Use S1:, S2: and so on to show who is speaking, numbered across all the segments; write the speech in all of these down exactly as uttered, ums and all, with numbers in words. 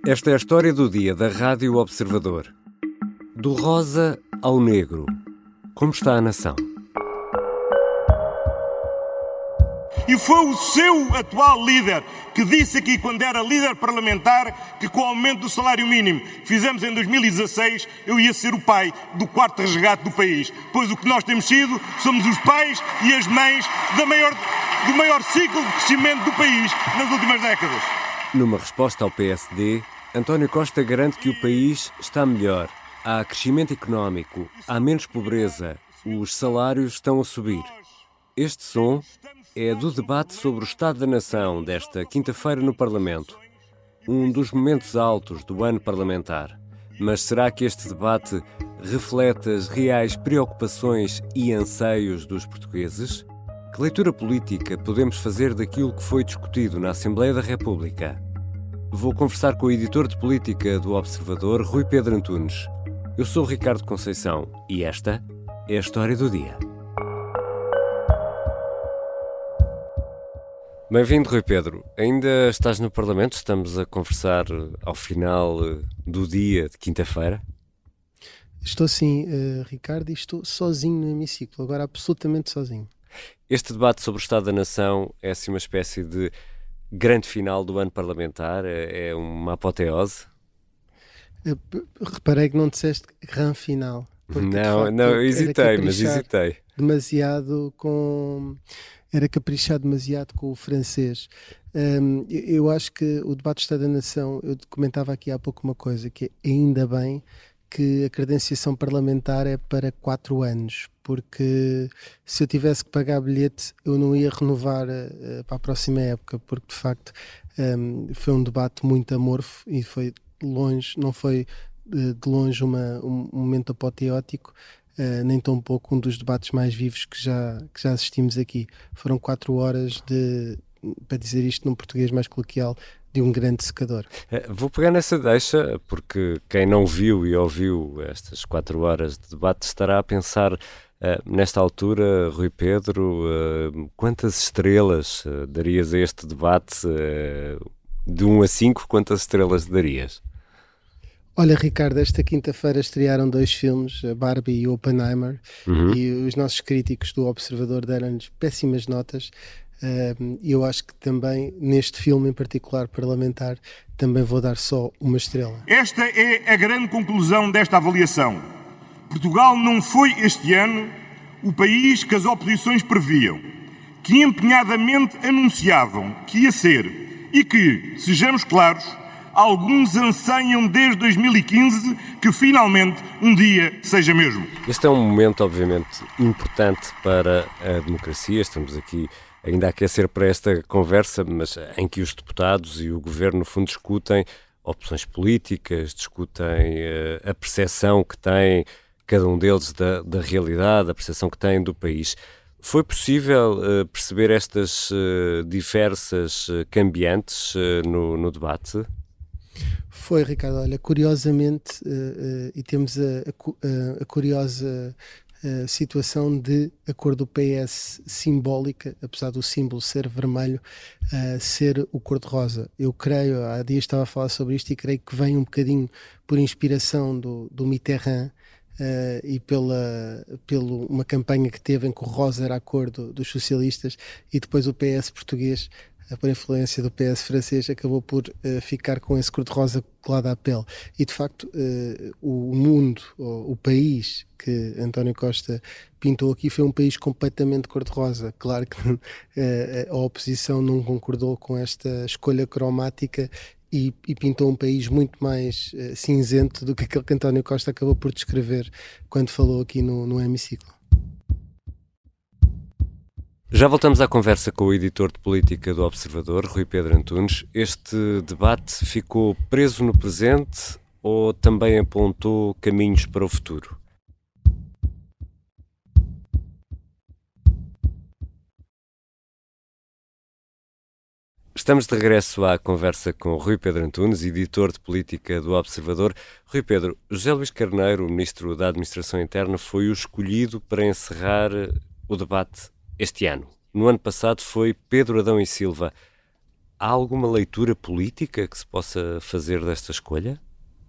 S1: Esta é a história do dia da Rádio Observador. Do rosa ao negro. Como está a nação?
S2: E foi o seu atual líder que disse aqui, quando era líder parlamentar, que com o aumento do salário mínimo que fizemos em dois mil e dezasseis, eu ia ser o pai do quarto resgate do país. Pois o que nós temos sido, somos os pais e as mães da maior, do maior ciclo de crescimento do país nas últimas décadas.
S1: Numa resposta ao P S D, António Costa garante que o país está melhor. Há crescimento económico, há menos pobreza, os salários estão a subir. Este som é do debate sobre o Estado da Nação desta quinta-feira no Parlamento. Um dos momentos altos do ano parlamentar. Mas será que este debate reflete as reais preocupações e anseios dos portugueses? Que leitura política podemos fazer daquilo que foi discutido na Assembleia da República? Vou conversar com o editor de política do Observador, Rui Pedro Antunes. Eu sou o Ricardo Conceição e esta é a história do dia. Bem-vindo, Rui Pedro. Ainda estás no Parlamento? Estamos a conversar ao final do dia de quinta-feira.
S3: Estou sim, uh, Ricardo, e estou sozinho no hemiciclo, agora absolutamente sozinho.
S1: Este debate sobre o Estado da Nação é assim uma espécie de grande final do ano parlamentar? É uma apoteose?
S3: Uh, reparei que não disseste gran final.
S1: Porque, não, facto, não, hesitei, mas hesitei.
S3: Demasiado com... Era caprichar demasiado com o francês. Um, eu acho que o debate do Estado da Nação, eu comentava aqui há pouco uma coisa, que é ainda bem que a credenciação parlamentar é para quatro anos, porque se eu tivesse que pagar bilhete eu não ia renovar uh, para a próxima época, porque de facto um, foi um debate muito amorfo e foi longe, não foi uh, de longe uma, um, um momento apoteótico. Uh, nem tão pouco um dos debates mais vivos que já, que já assistimos aqui. Foram quatro horas de, para dizer isto num português mais coloquial, de um grande secador.
S1: Uh, vou pegar nessa deixa, porque quem não viu e ouviu estas quatro horas de debate estará a pensar, uh, nesta altura, Rui Pedro, uh, quantas estrelas uh, darias a este debate? Uh, de um a cinco, quantas estrelas darias?
S3: Olha, Ricardo, esta quinta-feira estrearam dois filmes, a Barbie e o Oppenheimer, uhum. E os nossos críticos do Observador deram-lhes péssimas notas. Uh, eu acho que também, neste filme em particular parlamentar, também vou dar só uma estrela.
S2: Esta é a grande conclusão desta avaliação. Portugal não foi este ano o país que as oposições previam, que empenhadamente anunciavam que ia ser e que, sejamos claros, alguns anseiam desde dois mil e quinze que finalmente um dia seja mesmo.
S1: Este é um momento, obviamente, importante para a democracia. Estamos aqui ainda a aquecer para esta conversa, mas em que os deputados e o governo, no fundo, discutem opções políticas, discutem uh, a percepção que tem cada um deles da, da realidade, a percepção que têm do país. Foi possível uh, perceber estas uh, diversas uh, cambiantes uh, no, no debate?
S3: Foi, Ricardo. Olha, curiosamente, uh, uh, e temos a, a, a curiosa uh, situação de a cor do P S simbólica, apesar do símbolo ser vermelho, uh, ser o cor-de-rosa. Eu creio, há dias estava a falar sobre isto e creio que vem um bocadinho por inspiração do, do Mitterrand, Uh, e pela, pela uma campanha que teve em que o rosa era a cor do, dos socialistas, e depois o P S português, uh, por influência do P S francês, acabou por uh, ficar com esse cor-de-rosa colado à pele. E de facto uh, o mundo, o, o país que António Costa pintou aqui foi um país completamente cor-de-rosa. Claro que uh, a oposição não concordou com esta escolha cromática E, e pintou um país muito mais uh, cinzento do que aquele que António Costa acabou por descrever quando falou aqui no, no hemiciclo.
S1: Já voltamos à conversa com o editor de política do Observador, Rui Pedro Antunes. Este debate ficou preso no presente ou também apontou caminhos para o futuro? Estamos de regresso à conversa com Rui Pedro Antunes, editor de política do Observador. Rui Pedro, José Luís Carneiro, o ministro da Administração Interna, foi o escolhido para encerrar o debate este ano. No ano passado foi Pedro Adão e Silva. há alguma leitura política que se possa fazer desta escolha?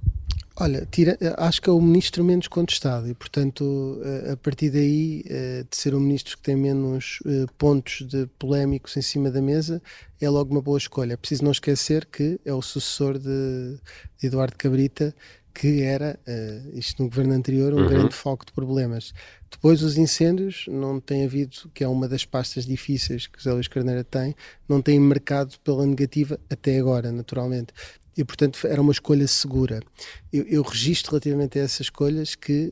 S3: Olha, tira, acho que é o ministro menos contestado e, portanto, a partir daí, de ser um ministro que tem menos pontos de polémicos em cima da mesa, é logo uma boa escolha. É preciso não esquecer que é o sucessor de, de Eduardo Cabrita, que era, isto no governo anterior, um uhum. grande foco de problemas. Depois os incêndios, não tem havido, que é uma das pastas difíceis que José Luís Carneiro tem, não tem marcado pela negativa até agora, naturalmente. E, portanto, era uma escolha segura. Eu, eu registro relativamente a essas escolhas que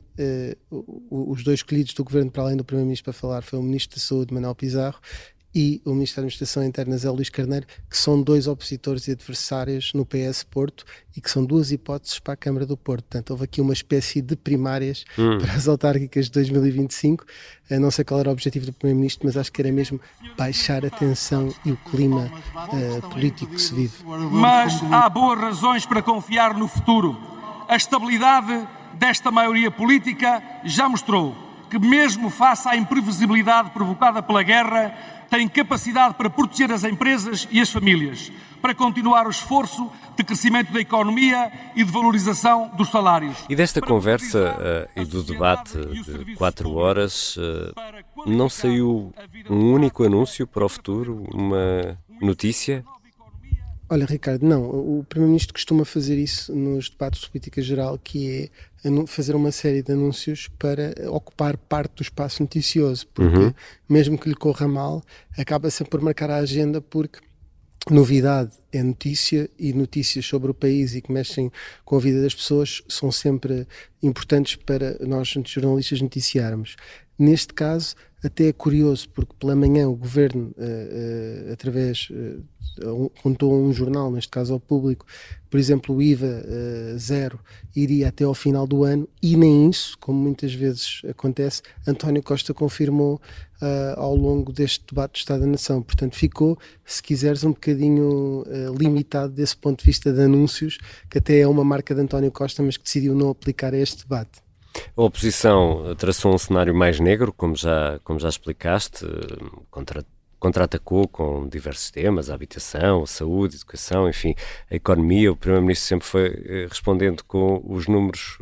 S3: uh, os dois escolhidos do governo, para além do primeiro-ministro para falar, foi o ministro da Saúde, Manuel Pizarro, e o ministro da Administração Interna, José Luís Carneiro, que são dois opositores e adversários no P S Porto e que são duas hipóteses para a Câmara do Porto. Portanto, houve aqui uma espécie de primárias hum. para as autárquicas de dois mil e vinte e cinco. Eu não sei qual era o objetivo do primeiro-ministro, mas acho que era mesmo baixar a tensão e o clima uh, político que se vive.
S4: Mas há boas razões para confiar no futuro. A estabilidade desta maioria política já mostrou que, mesmo face à imprevisibilidade provocada pela guerra, tem capacidade para proteger as empresas e as famílias, para continuar o esforço de crescimento da economia e de valorização dos salários.
S1: E desta conversa uh, e do debate de quatro horas, uh, não saiu um único anúncio para o futuro, uma notícia?
S3: Olha, Ricardo, não. O Primeiro-Ministro costuma fazer isso nos debates de política geral, que é fazer uma série de anúncios para ocupar parte do espaço noticioso, porque uhum. mesmo que lhe corra mal, acaba sempre por marcar a agenda, porque novidade é notícia e notícias sobre o país e que mexem com a vida das pessoas são sempre importantes para nós, jornalistas, noticiarmos. Neste caso, até é curioso, porque pela manhã o Governo, uh, uh, através, uh, contou a um jornal, neste caso ao Público, por exemplo, o I V A uh, zero iria até ao final do ano, e nem isso, como muitas vezes acontece, António Costa confirmou uh, ao longo deste debate do Estado da Nação. Portanto, ficou, se quiseres, um bocadinho uh, limitado desse ponto de vista de anúncios, que até é uma marca de António Costa, mas que decidiu não aplicar a este debate.
S1: A oposição traçou um cenário mais negro, como já, como já explicaste, contra, contra-atacou com diversos temas, a habitação, a saúde, a educação, enfim, a economia. O Primeiro-Ministro sempre foi respondendo com os números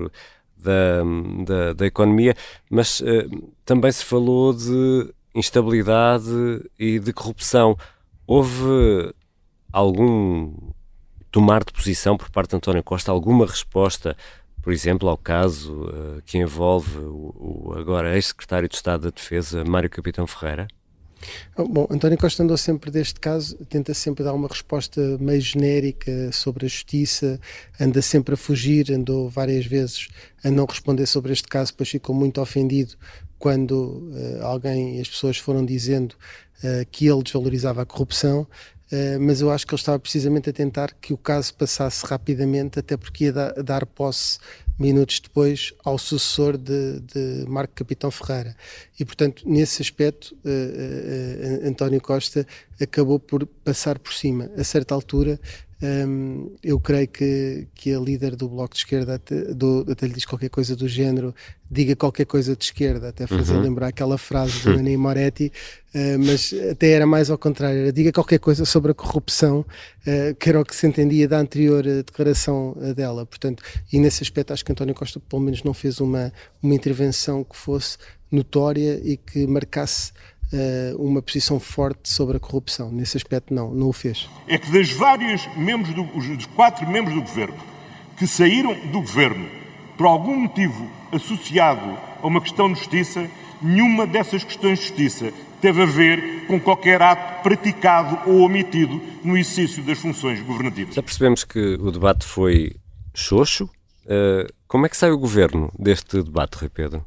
S1: da, da, da economia, mas uh, também se falou de instabilidade e de corrupção. Houve algum tomar de posição por parte de António Costa, alguma resposta, por exemplo, ao caso uh, que envolve o, o agora ex-secretário de Estado da Defesa, Mário Capitão Ferreira?
S3: Bom, António Costa andou sempre deste caso, tenta sempre dar uma resposta meio genérica sobre a justiça, anda sempre a fugir, andou várias vezes a não responder sobre este caso, depois ficou muito ofendido quando uh, alguém e as pessoas foram dizendo uh, que ele desvalorizava a corrupção. Uh, mas eu acho que ele estava precisamente a tentar que o caso passasse rapidamente, até porque ia da, dar posse minutos depois ao sucessor de, de Marco Capitão Ferreira. E, portanto, nesse aspecto, uh, uh, António Costa acabou por passar por cima. A certa altura, um, eu creio que, que a líder do Bloco de Esquerda até, do, até lhe diz qualquer coisa do género, diga qualquer coisa de esquerda, até fazer uhum. lembrar aquela frase do Nenê Moretti, uh, mas até era mais ao contrário, era diga qualquer coisa sobre a corrupção, uh, que era o que se entendia da anterior uh, declaração uh, dela. Portanto, e nesse aspecto acho que António Costa pelo menos não fez uma, uma intervenção que fosse notória e que marcasse uh, uma posição forte sobre a corrupção. Nesse aspecto não, não o fez.
S2: É que das vários membros, do, dos quatro membros do Governo que saíram do Governo por algum motivo associado a uma questão de justiça, nenhuma dessas questões de justiça teve a ver com qualquer ato praticado ou omitido no exercício das funções governativas.
S1: Já percebemos que o debate foi xoxo. Uh, como é que sai o Governo deste debate, Rui Pedro?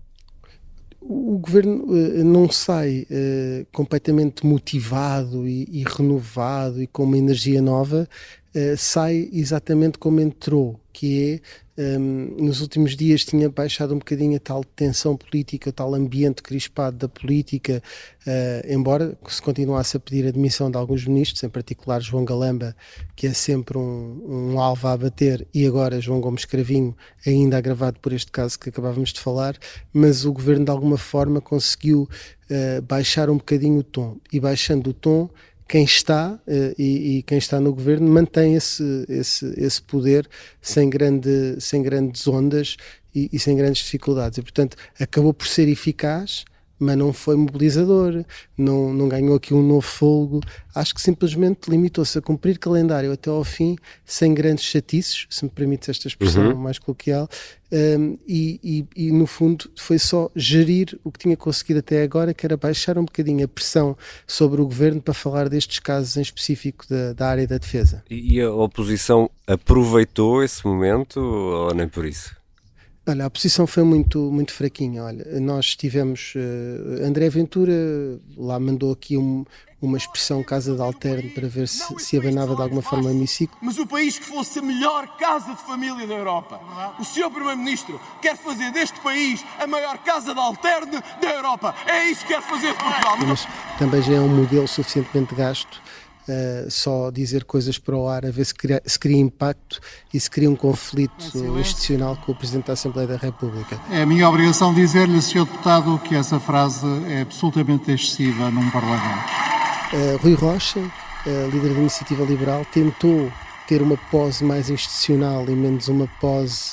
S3: O Governo uh, não sai uh, completamente motivado e, e renovado e com uma energia nova, uh, sai exatamente como entrou, que é, um, nos últimos dias tinha baixado um bocadinho a tal tensão política, o tal ambiente crispado da política, uh, embora se continuasse a pedir a demissão de alguns ministros, em particular João Galamba, que é sempre um, um alvo a abater, e agora João Gomes Cravinho, ainda agravado por este caso que acabávamos de falar, mas o Governo de alguma forma conseguiu uh, baixar um bocadinho o tom, e baixando o tom quem está uh, e, e quem está no governo mantém esse, esse, esse poder sem, grande, sem grandes ondas e, e sem grandes dificuldades. E, portanto, acabou por ser eficaz, mas não foi mobilizador, não, não ganhou aqui um novo fôlego. Acho que simplesmente limitou-se a cumprir calendário até ao fim, sem grandes chatices, se me permites esta expressão uhum. mais coloquial, um, e, e, e no fundo foi só gerir o que tinha conseguido até agora, que era baixar um bocadinho a pressão sobre o governo para falar destes casos em específico da, da área da defesa.
S1: E a oposição aproveitou esse momento ou nem por isso?
S3: Olha, a oposição foi muito, muito fraquinha. Olha, nós tivemos uh, André Ventura lá mandou aqui um, uma expressão casa de alterno para ver se, se abanava de alguma forma o hemiciclo.
S5: Mas o país que fosse a melhor casa de família da Europa. O senhor Primeiro-Ministro quer fazer deste país a maior casa de alterno da Europa. É isso que quer fazer de Portugal.
S3: Mas também já é um modelo suficientemente gasto. Uh, só dizer coisas para o ar, a ver se cria, se cria impacto e se cria um conflito institucional com o Presidente da Assembleia da República.
S6: É a minha obrigação dizer-lhe, senhor Deputado, que essa frase é absolutamente excessiva num Parlamento.
S3: Uh, Rui Rocha, uh, líder da Iniciativa Liberal, tentou ter uma pose mais institucional e menos uma pose,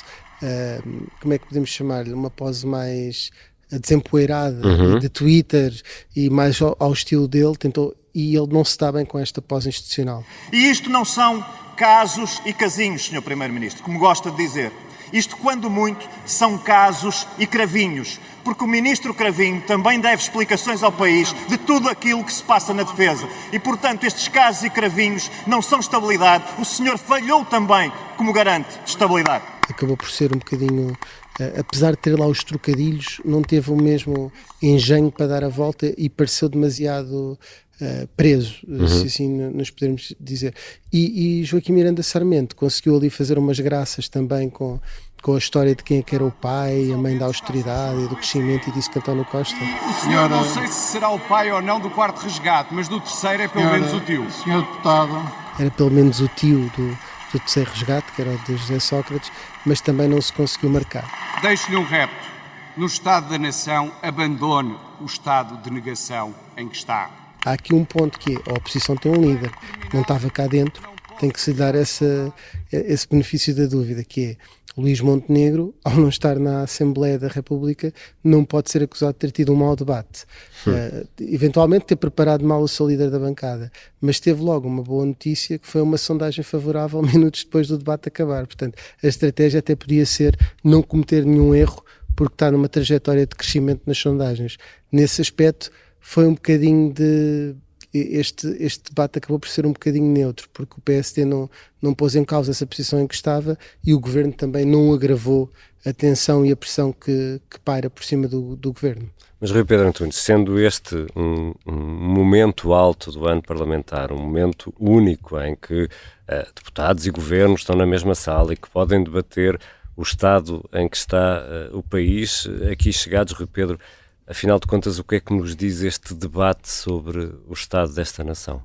S3: uh, como é que podemos chamar-lhe, uma pose mais desempoeirada, uhum. de Twitter e mais ao, ao estilo dele, tentou. E ele não se está bem com esta pós-institucional.
S7: E isto não são casos e casinhos, senhor Primeiro-Ministro, como gosta de dizer. Isto, quando muito, são casos e cravinhos, porque o Ministro Cravinho também deve explicações ao país de tudo aquilo que se passa na defesa. E, portanto, estes casos e cravinhos não são estabilidade. O senhor falhou também como garante de estabilidade.
S3: Acabou por ser um bocadinho... Uh, apesar de ter lá os trocadilhos, não teve o mesmo engenho para dar a volta e pareceu demasiado uh, preso, uhum. se assim nos podemos dizer. E, e Joaquim Miranda Sarmento conseguiu ali fazer umas graças também com, com a história de quem é que era o pai, a mãe da austeridade e do crescimento, e disse que António Costa...
S5: O senhor, não sei se será o pai ou não do quarto resgate, mas do terceiro é pelo
S6: senhora,
S5: menos o tio.
S6: Senhor Deputado...
S3: Era pelo menos o tio do... do terceiro resgate, que era o de José Sócrates, mas também não se conseguiu marcar.
S5: Deixo-lhe um repto. No Estado da Nação, abandone o estado de negação em que está.
S3: Há aqui um ponto que é, a oposição tem um líder, não estava cá dentro, tem que se dar essa, esse benefício da dúvida, que é Luís Montenegro, ao não estar na Assembleia da República, não pode ser acusado de ter tido um mau debate. Hum. Uh, eventualmente ter preparado mal o seu líder da bancada, mas teve logo uma boa notícia, que foi uma sondagem favorável minutos depois do debate acabar. Portanto, a estratégia até podia ser não cometer nenhum erro, porque está numa trajetória de crescimento nas sondagens. Nesse aspecto, foi um bocadinho de... Este, este debate acabou por ser um bocadinho neutro, porque o P S D não, não pôs em causa essa posição em que estava e o Governo também não agravou a tensão e a pressão que, que paira por cima do, do Governo.
S1: Mas, Rui Pedro Antunes, sendo este um, um momento alto do ano parlamentar, um momento único em que uh, deputados e Governo estão na mesma sala e que podem debater o estado em que está uh, o país, aqui chegados, Rui Pedro, afinal de contas, o que é que nos diz este debate sobre o estado desta nação?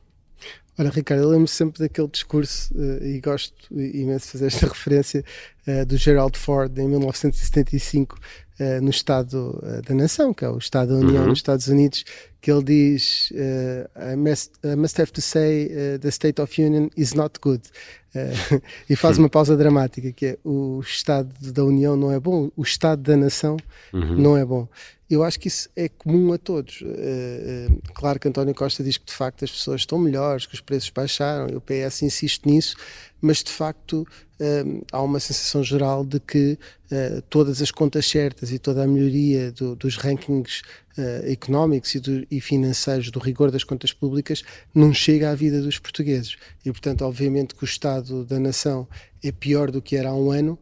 S3: Olha, Ricardo, eu lembro sempre daquele discurso, uh, e gosto imenso de fazer esta referência, uh, do Gerald Ford, em mil novecentos e setenta e cinco, uh, no Estado uh, da Nação, que é o Estado da União uhum. nos Estados Unidos, que ele diz uh, I, must, I must have to say uh, the State of Union is not good. Uh, e faz uma pausa dramática, que é o Estado da União não é bom, o Estado da Nação uhum. não é bom. Eu acho que isso é comum a todos. Uh, uh, claro que António Costa diz que de facto as pessoas estão melhores, que os preços baixaram, e o P S insiste nisso, mas de facto uh, há uma sensação geral de que uh, todas as contas certas e toda a melhoria do, dos rankings uh, económicos e, do, e financeiros do rigor das contas públicas não chega à vida dos portugueses. E portanto, obviamente que o Estado da Nação é pior do que era há um ano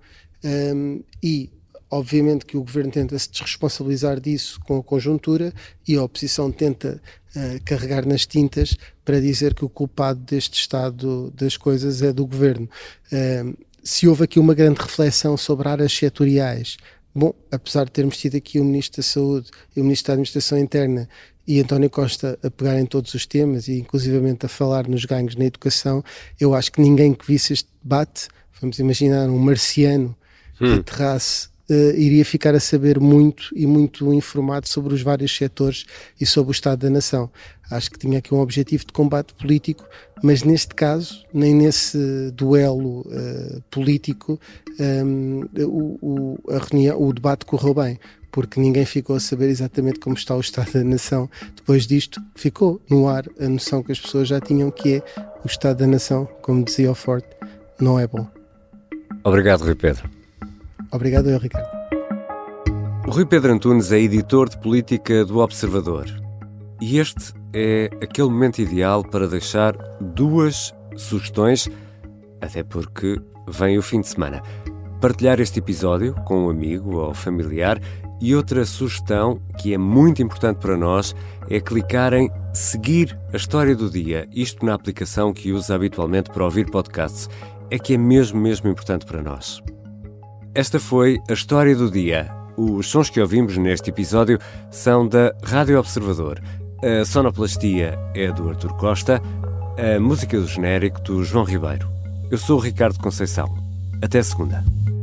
S3: um, e obviamente que o Governo tenta se desresponsabilizar disso com a conjuntura e a oposição tenta uh, carregar nas tintas para dizer que o culpado deste estado das coisas é do Governo. Uh, se houve aqui uma grande reflexão sobre áreas setoriais, bom, apesar de termos tido aqui o Ministro da Saúde e o Ministro da Administração Interna e António Costa a pegar em todos os temas e inclusivamente a falar nos ganhos na educação, eu acho que ninguém que visse este debate, vamos imaginar um marciano que hum. aterrasse uh, iria ficar a saber muito e muito informado sobre os vários setores e sobre o Estado da Nação. Acho que tinha aqui um objetivo de combate político, mas neste caso, nem nesse duelo uh, político, um, o, o, a reunião, o debate correu bem, porque ninguém ficou a saber exatamente como está o Estado da Nação. Depois disto, ficou no ar a noção que as pessoas já tinham, que é o Estado da Nação, como dizia o Ford, não é bom.
S1: Obrigado, Rui Pedro.
S3: Obrigado, eu, Ricardo.
S1: O Rui Pedro Antunes é editor de política do Observador. E este é aquele momento ideal para deixar duas sugestões, até porque vem o fim de semana. Partilhar este episódio com um amigo ou familiar, e outra sugestão que é muito importante para nós é clicar em seguir a história do dia, isto na aplicação que usa habitualmente para ouvir podcasts. É que é mesmo, mesmo importante para nós. Esta foi a história do dia. Os sons que ouvimos neste episódio são da Rádio Observador. A sonoplastia é do Artur Costa, a música do genérico do João Ribeiro. Eu sou o Ricardo Conceição. Até segunda.